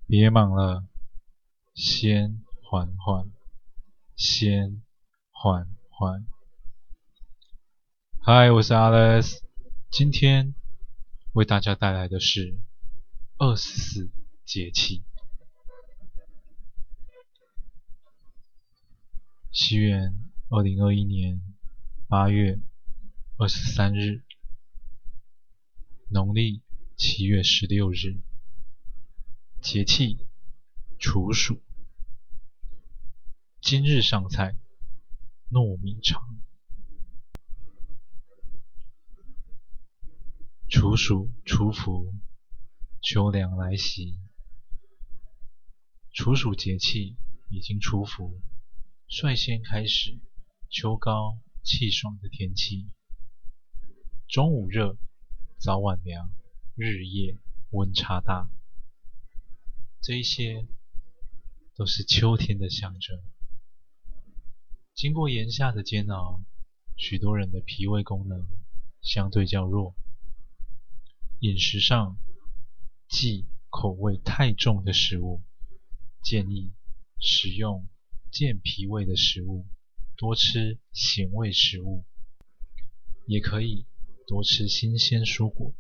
别忙了，先缓缓，先缓缓。嗨，我是 Alex，今天为大家带来的是24节气。西元2021年8月23日，农历7月16日，节气处暑。今日上菜糯米肠。处暑初伏，秋凉来袭。处暑节气已经初伏，率先开始秋高气爽的天气。中午热，早晚凉，日夜温差大，这一些都是秋天的象征。经过炎夏的煎熬，许多人的脾胃功能相对较弱，饮食上忌口味太重的食物，建议食用健脾胃的食物，多吃咸味食物，也可以多吃新鲜蔬果。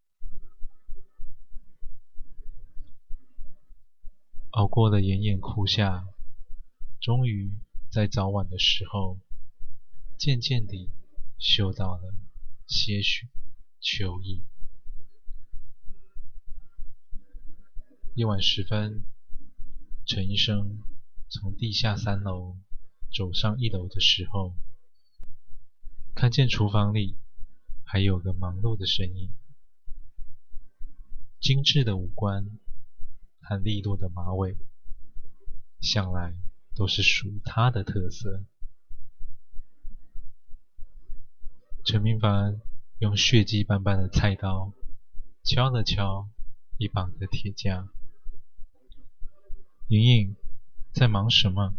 熬过了炎炎酷夏，终于在早晚的时候，渐渐地嗅到了些许秋意。夜晚时分，陈医生从地下3楼走上1楼的时候，看见厨房里还有个忙碌的身影。精致的五官和利落的马尾，向来都是属于他的特色。陈明凡用血迹斑斑的菜刀敲了敲一旁的铁架。莹莹在忙什么？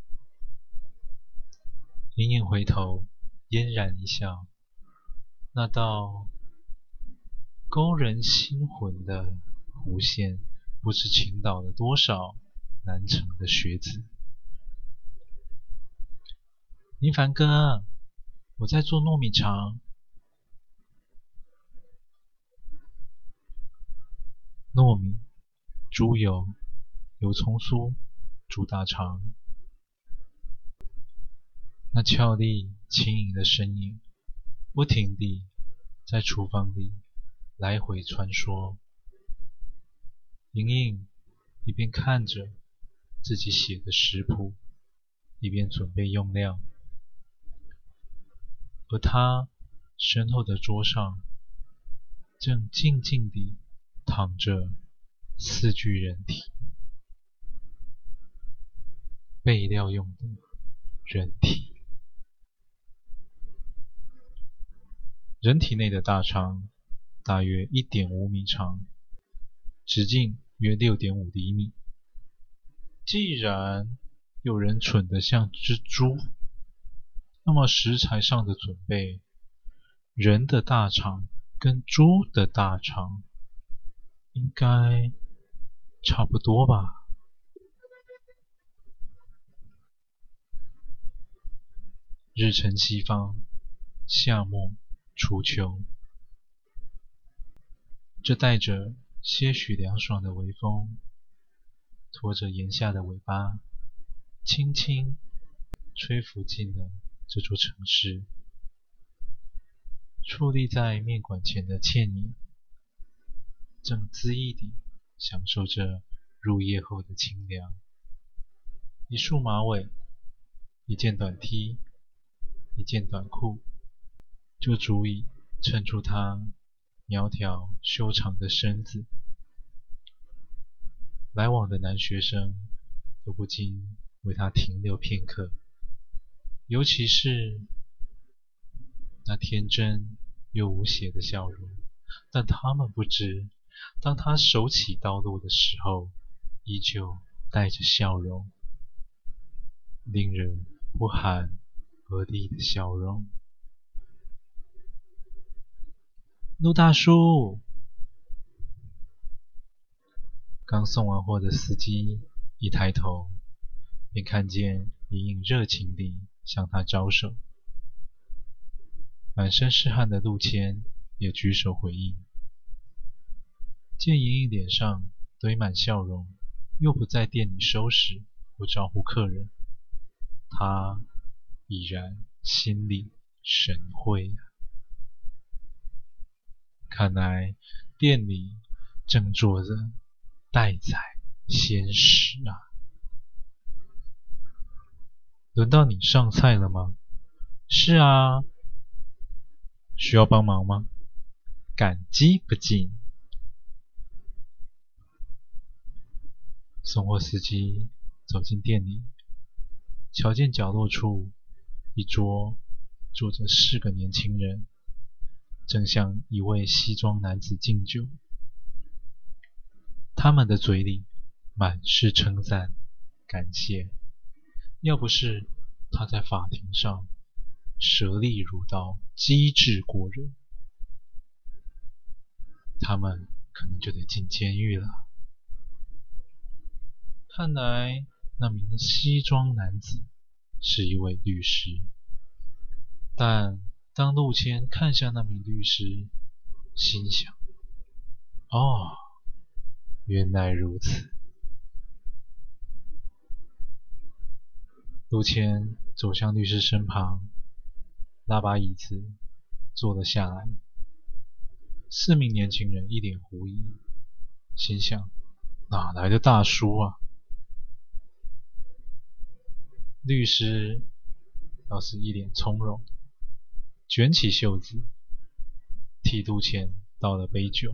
莹莹回头嫣然一笑，那道勾人心魂的弧线，不知倾倒了多少难成的学子。明凡哥，我在做糯米肠。糯米、猪油、油葱酥煮大肠。那俏丽轻盈的身影，不停地在厨房里来回穿梭。莹莹一边看着自己写的食谱，一边准备用料。而她身后的桌上，正静静地躺着4具人体，备料用的人体。人体内的大肠大约 1.5 米长，直径约 6.5 厘米。既然有人蠢得像只猪，那么食材上的准备，人的大肠跟猪的大肠应该差不多吧。日沉西方，夏末初秋，这带着些许凉爽的微风，拖着炎夏的尾巴，轻轻吹拂进了这座城市。矗立在面馆前的倩影，正恣意地享受着入夜后的清凉。一束马尾，一件短 T， 一件短裤，就足以衬出她苗条修长的身子。来往的男学生都不禁为她停留片刻，尤其是那天真又无邪的笑容。但他们不知，当她手起刀落的时候，依旧带着笑容，令人不寒而栗的笑容。陆大叔， 刚送完货的司机一抬头，便看见莹莹热情地向他招手。满身是汗的陆谦也举手回应。见莹莹脸上堆满笑容，又不在店里收拾或招呼客人，他已然心领神会啊！看来店里正坐着待宰鲜食啊！轮到你上菜了吗？是啊。需要帮忙吗？感激不尽。送货司机走进店里，瞧见角落处一桌坐着4个年轻人，正向一位西装男子敬酒。他们的嘴里满是称赞、感谢。要不是他在法庭上舌利如刀，机智过人，他们可能就得进监狱了。看来那名西装男子是一位律师，但当陆谦看向那名律师，心想：哦，原来如此。陆谦走向律师身旁，拉把椅子坐了下来。4名年轻人一脸狐疑，心想：哪来的大叔啊？律师倒是一脸从容，卷起袖子，替陆谦倒了杯酒。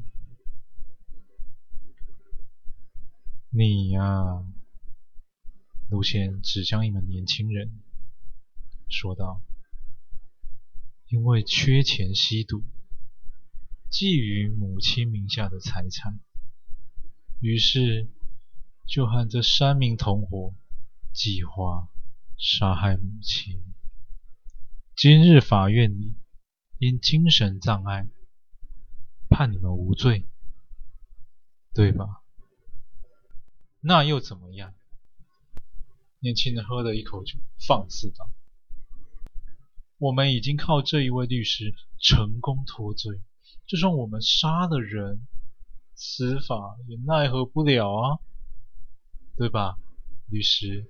你呀，陆谦指向一名年轻人，说道：因为缺钱吸毒，觊觎母亲名下的财产，于是就和这3名同伙计划杀害母亲。今日法院里因精神障碍判你们无罪，对吧？那又怎么样？年轻人喝了一口酒，放肆道：我们已经靠这一位律师成功脱罪，就算我们杀了人，司法也奈何不了啊，对吧，律师？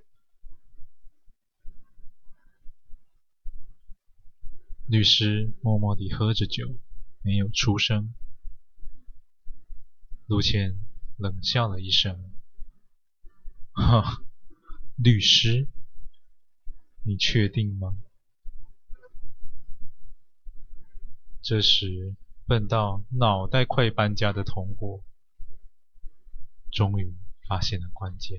律师默默地喝着酒，没有出声。陆谦冷笑了一声：哈，律师，你确定吗？这时笨到脑袋快搬家的同伙终于发现了关键。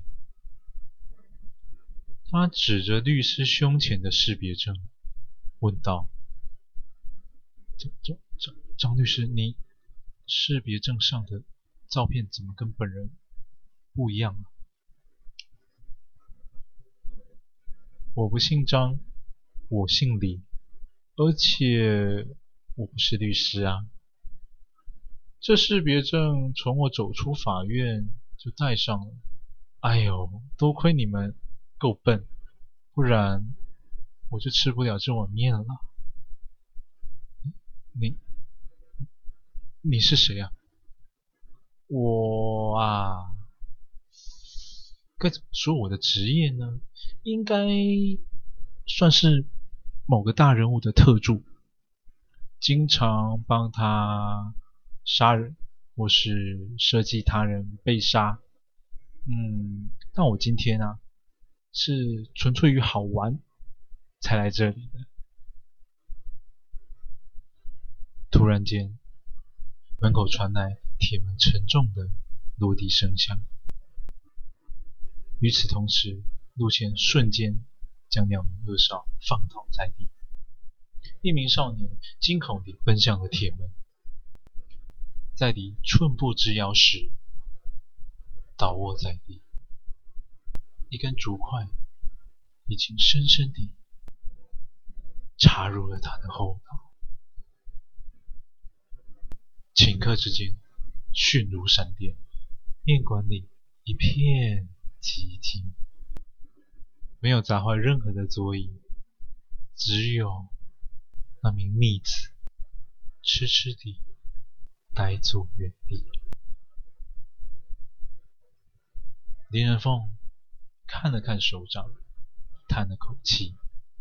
他指着律师胸前的识别证问道：张律师，你识别证上的照片怎么跟本人不一样啊？我不姓张，我姓李，而且我不是律师啊。这识别证从我走出法院就带上了。哎呦，多亏你们够笨，不然我就吃不了这碗面了。你是谁啊？我啊，该怎么说我的职业呢？应该算是某个大人物的特助，经常帮他杀人，或是设计他人被杀。但我今天啊，是纯粹于好玩才来这里的。突然间，门口传来铁门沉重的落地声响。与此同时，陆谦瞬间将2名恶少放倒在地。一名少年惊恐地奔向了铁门，在离寸步之遥时倒卧在地。一根竹筷已经深深地插入了他的后脑。顷刻之间，迅如闪电，面馆里一片寂静，没有砸坏任何的桌椅，只有那名逆子痴痴地呆坐原地。林人凤看了看手掌，叹了口气：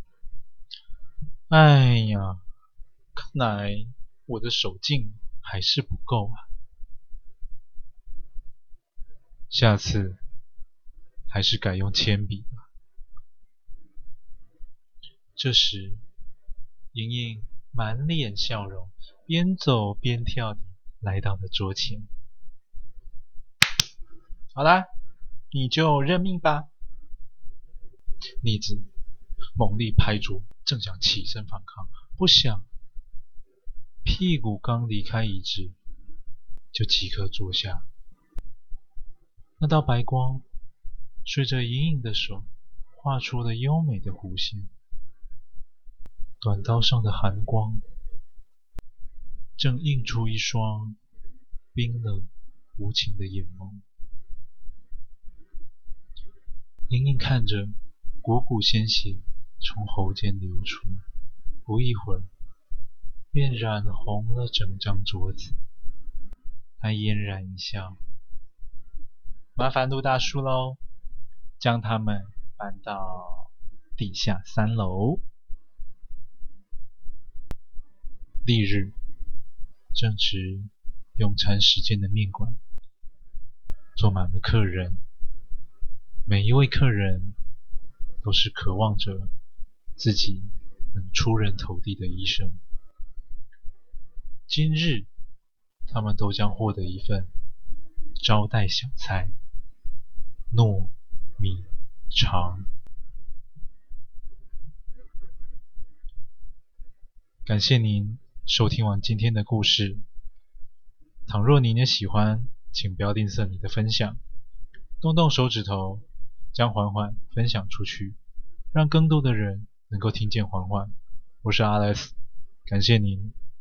哎呀，看来我的手劲还是不够啊，下次还是改用铅笔吧。这时，莹莹满脸笑容，边走边跳地来到了桌前。好啦，你就认命吧。逆子猛力拍桌，正想起身反抗，不想屁股刚离开椅子，就即刻坐下。那道白光随着莹莹的手画出了优美的弧线，短刀上的寒光正映出一双冰冷无情的眼眸。莹莹看着汩汩鲜血从喉间流出，不一会儿便染红了整张桌子。她嫣然一笑：麻烦陆大叔喽，将他们搬到地下3楼。翌日正值用餐时间的面馆坐满了客人，每一位客人都是渴望着自己能出人头地的医生。今日他们都将获得一份招待小菜——糯米肠。感谢您收听完今天的故事。倘若您也喜欢，请不要吝啬你的分享，动动手指头，将缓缓分享出去，让更多的人能够听见缓缓。我是 Alex，感谢您。